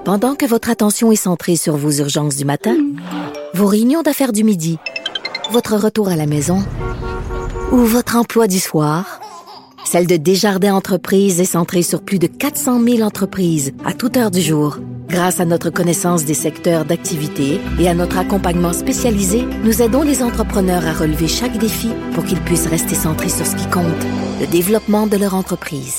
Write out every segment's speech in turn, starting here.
Pendant que votre attention est centrée sur vos urgences du matin, vos réunions d'affaires du midi, votre retour à la maison ou votre emploi du soir, celle de Desjardins Entreprises est centrée sur plus de 400 000 entreprises à toute heure du jour. Grâce à notre connaissance des secteurs d'activité et à notre accompagnement spécialisé, nous aidons les entrepreneurs à relever chaque défi pour qu'ils puissent rester centrés sur ce qui compte, le développement de leur entreprise.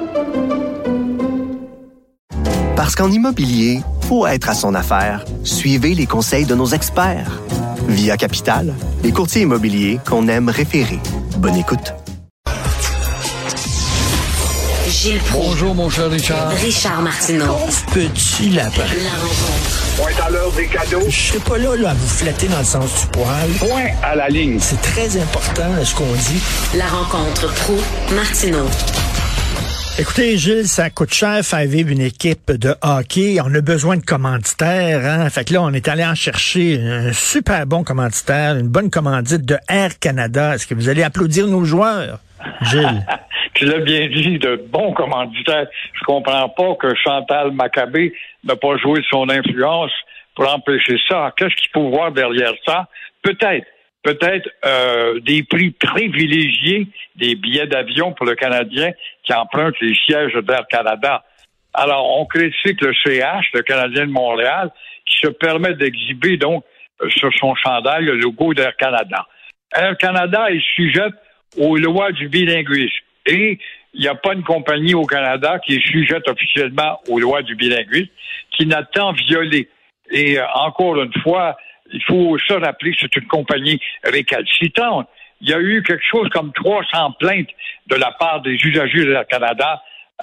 Parce qu'en immobilier, faut être à son affaire. Suivez les conseils de nos experts. Via Capital, les courtiers immobiliers qu'on aime référer. Bonne écoute. Gilles Proulx. Bonjour, mon cher Richard. Richard Martineau. Petit lapin. La rencontre. Point à l'heure des cadeaux. Je serai pas là à vous flatter dans le sens du poil. Point à la ligne. C'est très important, ce qu'on dit. La rencontre Proulx-Martineau. Écoutez, Gilles, ça coûte cher faire vivre une équipe de hockey. On a besoin de commanditaires, hein. Fait que là, on est allé en chercher un super bon commanditaire, une bonne commandite de Air Canada. Est-ce que vous allez applaudir nos joueurs, Gilles? Tu l'as bien dit, de bons commanditaires. Je comprends pas que Chantal Maccabé n'a pas joué de son influence pour empêcher ça. Qu'est-ce qu'il faut voir derrière ça? Peut-être des prix privilégiés, des billets d'avion pour le Canadien qui emprunte les sièges d'Air Canada. Alors, on critique le CH, le Canadien de Montréal, qui se permet d'exhiber donc sur son chandail le logo d'Air Canada. Air Canada est sujette aux lois du bilinguisme. Et il n'y a pas une compagnie au Canada qui est sujette officiellement aux lois du bilinguisme qui n'a tant violé. Et encore une fois, il faut se rappeler que c'est une compagnie récalcitrante. Il y a eu quelque chose comme 300 plaintes de la part des usagers de l'Air Canada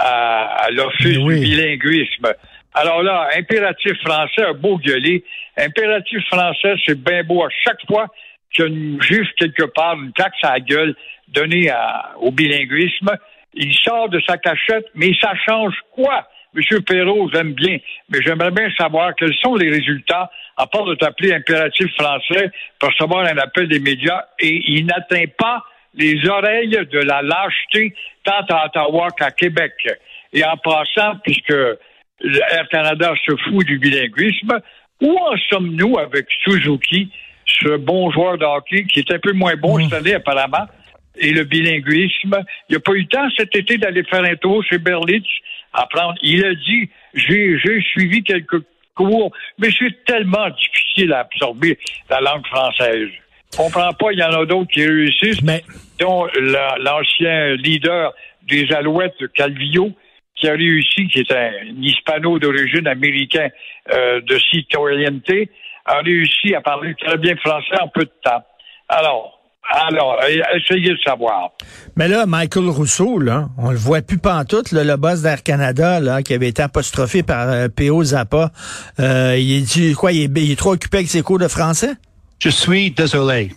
à l'Office du bilinguisme. Alors là, impératif français a beau gueuler. Impératif français, c'est bien beau à chaque fois qu'il y a une juge quelque part, une taxe à la gueule donnée au bilinguisme. Il sort de sa cachette, mais ça change quoi? Monsieur Perrault, j'aime bien, mais j'aimerais bien savoir quels sont les résultats, à part de t'appeler impératif français pour recevoir un appel des médias, et il n'atteint pas les oreilles de la lâcheté tant à Ottawa qu'à Québec. Et en passant, puisque Air Canada se fout du bilinguisme, où en sommes-nous avec Suzuki, ce bon joueur de hockey qui est un peu moins bon cette année apparemment, et le bilinguisme? Il n'a pas eu le temps cet été d'aller faire un tour chez Berlitz, apprendre. Il a dit, j'ai suivi quelques cours, mais c'est tellement difficile à absorber la langue française. Je comprends pas, il y en a d'autres qui réussissent, dont l'ancien leader des Alouettes, Calvillo, qui a réussi, qui est un hispano d'origine américain de citoyenneté, a réussi à parler très bien français en peu de temps. Alors, essayez de savoir. Mais là, Michael Rousseau, là, on le voit plus pantoute, là, le boss d'Air Canada, là, qui avait été apostrophé par P.O. Zappa. Il est trop occupé avec ses cours de français? Je suis désolé.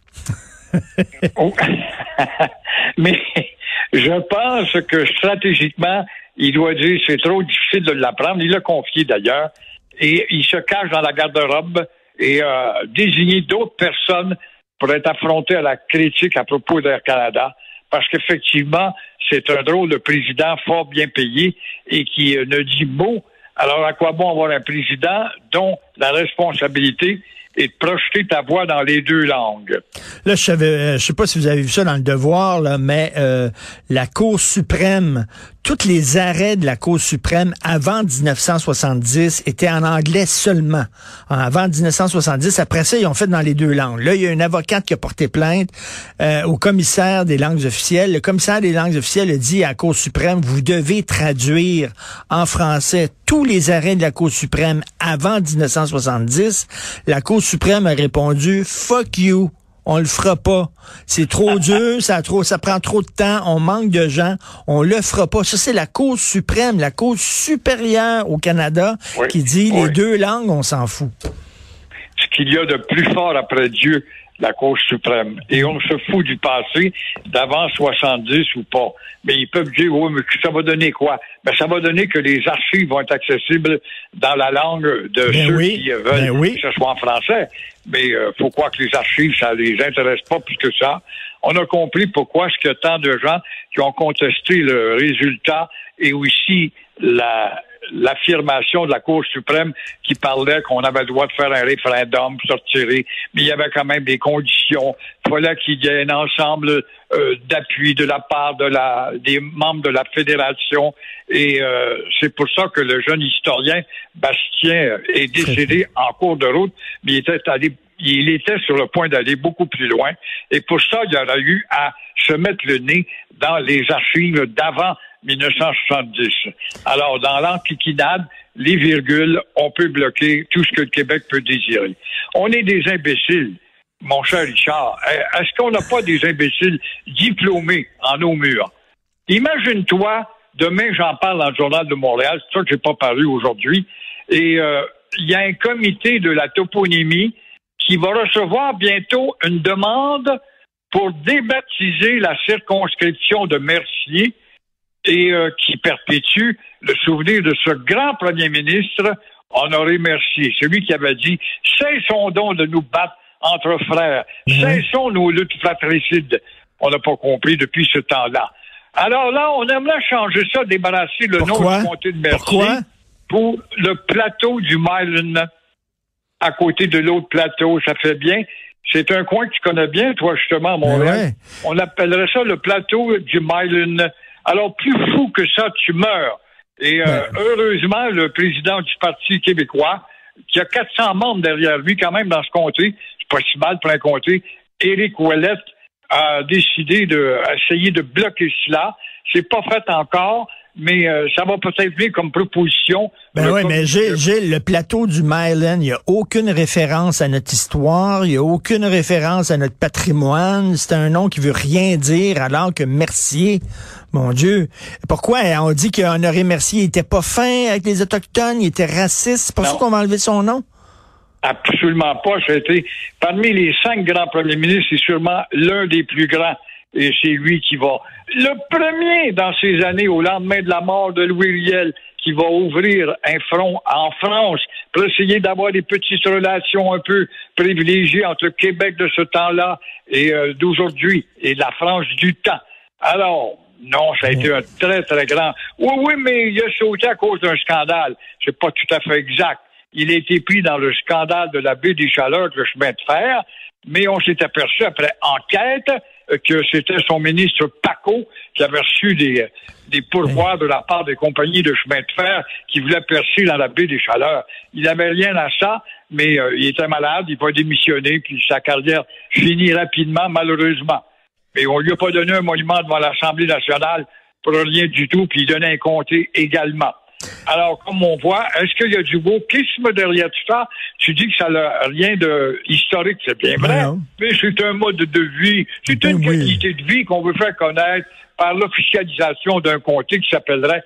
Mais je pense que stratégiquement, il doit dire c'est trop difficile de l'apprendre. Il l'a confié d'ailleurs. Et il se cache dans la garde-robe et désigner d'autres personnes pour être affronté à la critique à propos d'Air Canada, parce qu'effectivement, c'est un drôle de président fort bien payé et qui ne dit mot. Alors, à quoi bon avoir un président dont la responsabilité est de projeter ta voix dans les deux langues? Là, je sais pas si vous avez vu ça dans Le Devoir, là, mais la Cour suprême, tous les arrêts de la Cour suprême avant 1970 étaient en anglais seulement. Avant 1970, après ça, ils ont fait dans les deux langues. Là, il y a une avocate qui a porté plainte au commissaire des langues officielles. Le commissaire des langues officielles a dit à la Cour suprême, vous devez traduire en français tous les arrêts de la Cour suprême avant 1970. La Cour suprême a répondu, fuck you. On le fera pas. C'est trop dur, ça prend trop de temps, on manque de gens, on le fera pas. Ça, c'est la Cour suprême, la Cour supérieure au Canada qui dit les deux langues, on s'en fout. Ce qu'il y a de plus fort après Dieu, la Cour suprême. Et on se fout du passé, d'avant 70 ou pas. Mais ils peuvent dire, oui, mais ça va donner quoi? Ben, ça va donner que les archives vont être accessibles dans la langue de ceux qui veulent que ce soit en français. Mais faut croire que les archives, ça les intéresse pas plus que ça. On a compris pourquoi est-ce qu'il y a tant de gens qui ont contesté le résultat et aussi l'affirmation de la Cour suprême qui parlait qu'on avait le droit de faire un référendum pour se retirer, mais il y avait quand même des conditions. Il fallait qu'il y ait un ensemble d'appui de la part des membres de la fédération, et c'est pour ça que le jeune historien Bastien est décédé en cours de route, mais il était sur le point d'aller beaucoup plus loin, et pour ça, il aurait eu à se mettre le nez dans les archives d'avant 1970. Alors, dans l'antiquinade, les virgules, on peut bloquer tout ce que le Québec peut désirer. On est des imbéciles, mon cher Richard. Est-ce qu'on n'a pas des imbéciles diplômés en nos murs? Imagine-toi, demain, j'en parle dans le Journal de Montréal, c'est ça que j'ai pas paru aujourd'hui, et il y a un comité de la toponymie qui va recevoir bientôt une demande pour débaptiser la circonscription de Mercier et qui perpétue le souvenir de ce grand premier ministre, Honoré Mercier, celui qui avait dit « Cessons donc de nous battre entre frères, cessons nos luttes fratricides ». On n'a pas compris depuis ce temps-là. Alors là, on aimerait changer ça, débarrasser le nom du comté de Mercier pour le plateau du Mylan, à côté de l'autre plateau. Ça fait bien. C'est un coin que tu connais bien, toi, justement, à Montréal. Ouais. On appellerait ça le plateau du Mylan. Alors, plus fou que ça, tu meurs. Et heureusement, le président du Parti québécois, qui a 400 membres derrière lui quand même dans ce comté, c'est pas si mal pour un comté, Éric Ouellette a décidé d'essayer de bloquer cela. C'est pas fait encore, mais ça va peut-être venir comme proposition. Ben oui, mais Gilles, le plateau du Mylan, il n'y a aucune référence à notre histoire, il n'y a aucune référence à notre patrimoine. C'est un nom qui veut rien dire, alors que Mercier, mon Dieu, pourquoi on dit qu'Honoré Mercier était pas fin avec les Autochtones, il était raciste, c'est pour ça qu'on va enlever son nom? Absolument pas. C'était parmi les 5 grands premiers ministres, c'est sûrement l'un des plus grands. Et c'est lui qui va. Le premier dans ces années, au lendemain de la mort de Louis Riel, qui va ouvrir un front en France pour essayer d'avoir des petites relations un peu privilégiées entre le Québec de ce temps-là et d'aujourd'hui, et la France du temps. Alors, non, ça a été un très, très grand. Oui, mais il a sauté à cause d'un scandale. C'est pas tout à fait exact. Il a été pris dans le scandale de la baie des Chaleurs, le chemin de fer, mais on s'est aperçu après enquête que c'était son ministre Paco qui avait reçu des pourboires de la part des compagnies de chemin de fer qui voulaient percer dans la baie des Chaleurs. Il n'avait rien à ça, mais il était malade, il va démissionner, puis sa carrière finit rapidement, malheureusement. Mais on lui a pas donné un monument devant l'Assemblée nationale pour rien du tout, puis il donnait un comté également. Alors, comme on voit, est-ce qu'il y a du wokisme derrière tout ça? Tu dis que ça n'a rien de historique, c'est bien vrai, mais c'est un mode de vie, c'est une qualité de vie qu'on veut faire connaître par l'officialisation d'un comté qui s'appellerait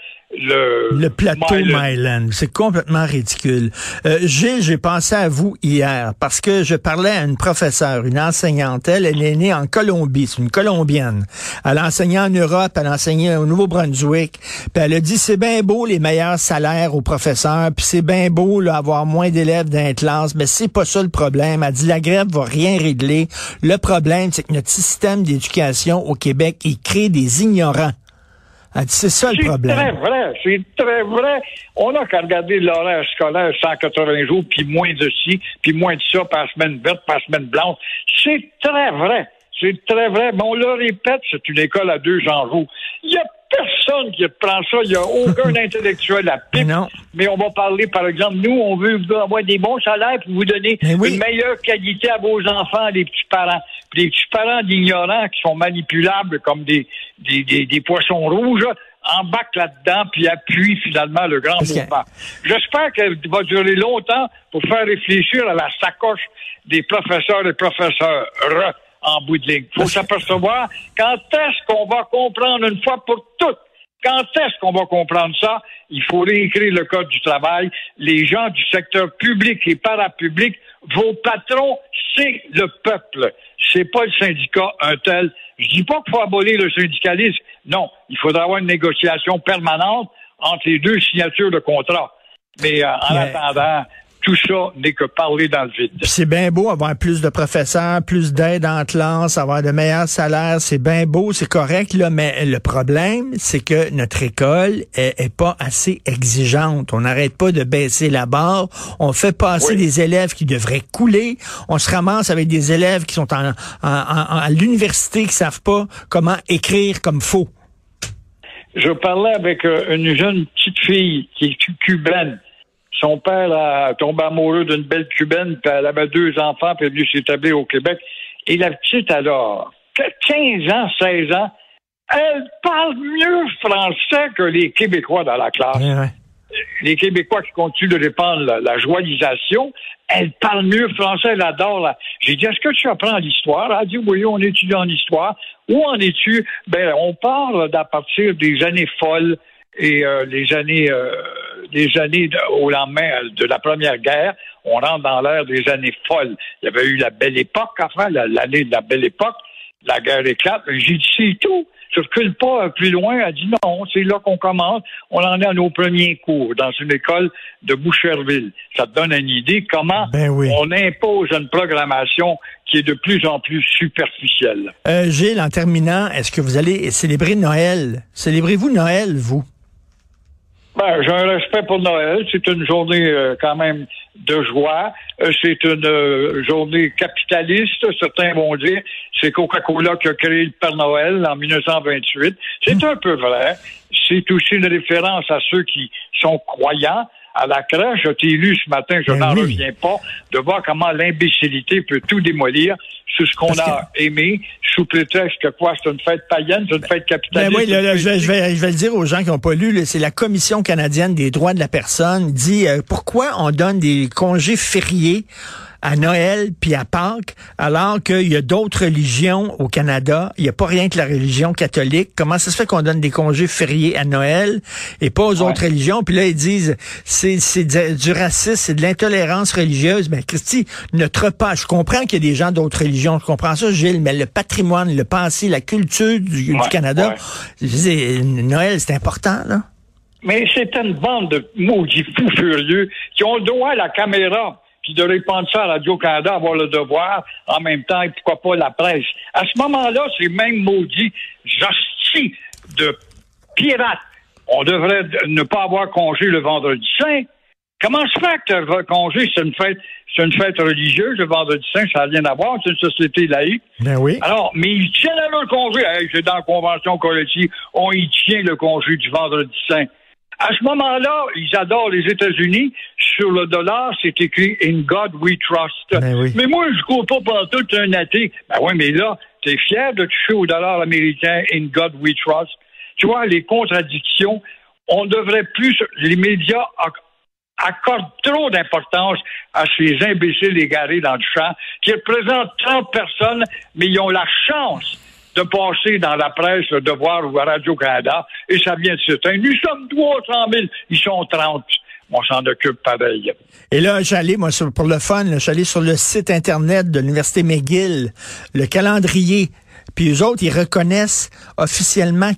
le plateau Mylan. C'est complètement ridicule. Gilles, j'ai pensé à vous hier parce que je parlais à une professeure, une enseignante. Elle est née en Colombie, c'est une Colombienne. Elle a enseigné en Europe, elle a enseigné au Nouveau-Brunswick. Puis elle a dit, c'est bien beau les meilleurs salaires aux professeurs, puis c'est bien beau là, avoir moins d'élèves dans les classes, mais c'est pas ça le problème. Elle dit, la grève va rien régler. Le problème, c'est que notre système d'éducation au Québec, il crée des ignorants. C'est ça le problème. C'est très vrai. On n'a qu'à regarder l'horaire scolaire 180 jours, puis moins de ci, puis moins de ça, par semaine verte, par semaine blanche. C'est très vrai. C'est très vrai. Mais on le répète, c'est une école à 200 jours. Il n'y a personne qui prend ça. Il n'y a aucun intellectuel à pipe. Mais on va parler, par exemple, nous, on veut avoir des bons salaires pour vous donner une meilleure qualité à vos enfants, les petits-parents. Puis les petits-parents d'ignorants qui sont manipulables comme des poissons rouges embarquent là-dedans puis appuient finalement le grand mouvement. J'espère qu'elle va durer longtemps pour faire réfléchir à la sacoche des professeurs et professeurs en bout de ligne. Il faut s'apercevoir quand est-ce qu'on va comprendre une fois pour toutes. Quand est-ce qu'on va comprendre ça? Il faut réécrire le Code du travail. Les gens du secteur public et parapublic, vos patrons, c'est le peuple. C'est pas le syndicat un tel. Je dis pas qu'il faut abolir le syndicalisme. Non, il faudra avoir une négociation permanente entre les deux signatures de contrat. Mais en attendant, tout ça n'est que parler dans le vide. Puis c'est bien beau avoir plus de professeurs, plus d'aide en classe, avoir de meilleurs salaires, c'est bien beau, c'est correct, là, mais le problème, c'est que notre école est pas assez exigeante. On n'arrête pas de baisser la barre, on fait passer des élèves qui devraient couler, on se ramasse avec des élèves qui sont à l'université qui savent pas comment écrire comme faut. Je parlais avec une jeune petite fille qui est cubaine. Son père a tombé amoureux d'une belle cubaine, puis elle avait 2 enfants, puis elle est venue s'établir au Québec. Et la petite, alors, 15 ans, 16 ans, elle parle mieux français que les Québécois dans la classe. Ouais. Les Québécois qui continuent de répandre la joialisation, elle parle mieux français, elle adore. J'ai dit, est-ce que tu apprends l'histoire? Elle a dit, oui, on étudie en histoire. Où en es-tu? Ben, on parle d'à partir des années folles et les années au lendemain de la Première Guerre. On rentre dans l'ère des années folles. Il y avait eu la Belle Époque, enfin, l'année de la Belle Époque. La guerre éclate. J'ai dit, c'est tout. Je recule pas plus loin. Elle dit non, c'est là qu'on commence. On en est à nos premiers cours dans une école de Boucherville. Ça te donne une idée comment on impose une programmation qui est de plus en plus superficielle. Gilles, en terminant, est-ce que vous allez célébrer Noël? Célébrez-vous Noël, vous? Ben, j'ai un respect pour Noël. C'est une journée quand même de joie. C'est une journée capitaliste, certains vont dire. C'est Coca-Cola qui a créé le Père Noël en 1928. C'est un peu vrai. C'est aussi une référence à ceux qui sont croyants. À la crèche, je t'ai lu ce matin, je n'en reviens pas, de voir comment l'imbécilité peut tout démolir sur ce qu'on a aimé, sous prétexte que quoi, c'est une fête païenne, c'est une fête capitaliste. Ben oui, je vais le dire aux gens qui n'ont pas lu, là, c'est la Commission canadienne des droits de la personne dit pourquoi on donne des congés fériés à Noël puis à Pâques, alors qu'il y a d'autres religions au Canada. Il n'y a pas rien que la religion catholique. Comment ça se fait qu'on donne des congés fériés à Noël et pas aux autres religions? Puis là, ils disent, c'est du racisme, c'est de l'intolérance religieuse. Ben, Christy, notre pas, je comprends qu'il y a des gens d'autres religions, je comprends ça, Gilles, mais le patrimoine, le passé, la culture du Canada, je dis, Noël, c'est important, là. Mais c'est une bande de maudits fous furieux qui ont le droit à la caméra puis de répandre ça à Radio-Canada, avoir le devoir, en même temps, et pourquoi pas la presse. À ce moment-là, ces mêmes maudits hosties de pirates, on devrait ne pas avoir congé le vendredi saint. Comment se fait que le congé, c'est une fête religieuse, le vendredi saint, ça n'a rien à voir, c'est une société laïque. Ben oui. Alors, mais ils tiennent à leur congé. Hey, c'est dans la convention collective, on y tient le congé du vendredi saint. À ce moment-là, ils adorent les États-Unis. Sur le dollar, c'est écrit « In God we trust ». Mais moi, je ne cours pas partout, t'es un athée. Ben oui, mais là, t'es fier de toucher au dollar américain « In God we trust ». Tu vois, les contradictions, on devrait plus... Les médias accordent trop d'importance à ces imbéciles égarés dans le champ qui représentent 30 personnes, mais ils ont la chance de passer dans la presse, le Devoir ou à Radio-Canada, et ça vient de certains. Nous sommes 300 000, ils sont 30. On s'en occupe pareil. Et là, j'allais, moi, pour le fun, j'allais sur le site Internet de l'Université McGill, le calendrier, puis eux autres, ils reconnaissent officiellement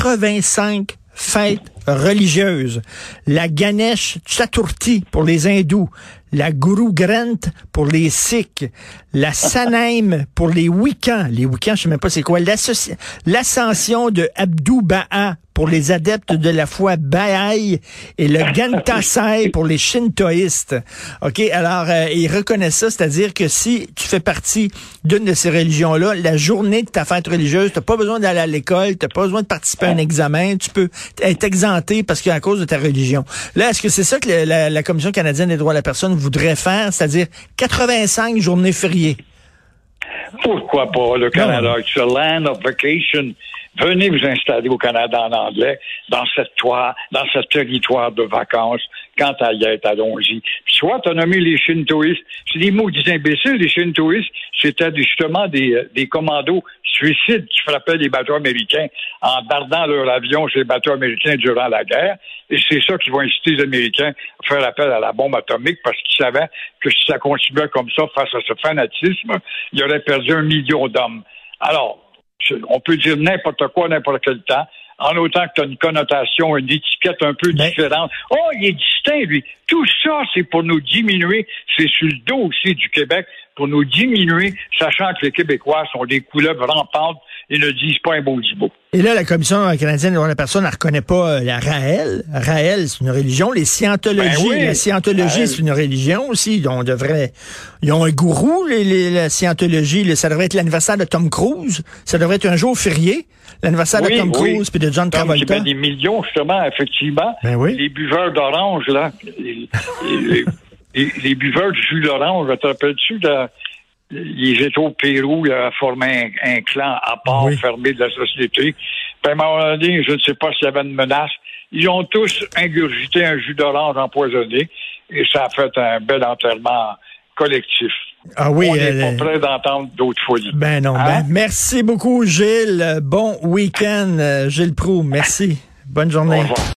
85 fêtes religieuses. La Ganesh Chaturthi pour les hindous, la Guru Granth pour les sikhs, la Sanaim pour les Wiccans. Les Wiccans, je sais même pas c'est quoi. L'ascension de Abdu Baha pour les adeptes de la foi Baha'i et le Gantasai pour les shintoïstes. OK, alors ils reconnaissent ça, c'est-à-dire que si tu fais partie d'une de ces religions-là, la journée de ta fête religieuse, t'as pas besoin d'aller à l'école, t'as pas besoin de participer à un examen, tu peux être exempté parce qu'à cause de ta religion. Là, est-ce que c'est ça que la Commission canadienne des droits de la personne voudrait faire, c'est-à-dire 85 journées fériées? Pourquoi pas? Le Canada, it's a land of vacation. Venez vous installer au Canada en anglais, dans ce territoire de vacances. Quant à y être, allons-y. Puis soit tu as nommé les shintoïstes, c'est des mots imbéciles, les shintoïstes, c'était justement des commandos suicides qui frappaient les bateaux américains en dardant leur avion chez les bateaux américains durant la guerre. Et c'est ça qui va inciter les Américains à faire appel à la bombe atomique parce qu'ils savaient que si ça continuait comme ça face à ce fanatisme, il aurait perdu 1 million d'hommes. Alors, on peut dire n'importe quoi, n'importe quel temps. en autant que tu as une connotation, une étiquette un peu différente. Oh, il est distinct, lui. Tout ça, c'est pour nous diminuer. C'est sur le dos aussi du Québec, pour nous diminuer, sachant que les Québécois sont des couleuvres rampantes et ne disent pas un beau mot. Et là, la Commission canadienne des droits de la personne, elle ne reconnaît pas la Raël. Raël, c'est une religion. Les scientologies, la scientologie, c'est une religion aussi. Ils ont un gourou, la scientologie. Ça devrait être l'anniversaire de Tom Cruise. Ça devrait être un jour férié. L'anniversaire de Tom Cruise puis de John Travolta. Il y a des millions, justement, effectivement. Les buveurs d'orange, là. Les buveurs de jus d'orange, te rappelles-tu ils étaient au Pérou, il a formé un clan à part, fermé de la société. Puis à un moment donné, je ne sais pas s'il y avait une menace. Ils ont tous ingurgité un jus d'orange empoisonné et ça a fait un bel enterrement collectif. Ah oui, on n'est pas prêt d'entendre d'autres folies. Ben non. Merci beaucoup, Gilles. Bon week-end, Gilles Proulx. Merci. Bonne journée. Au revoir.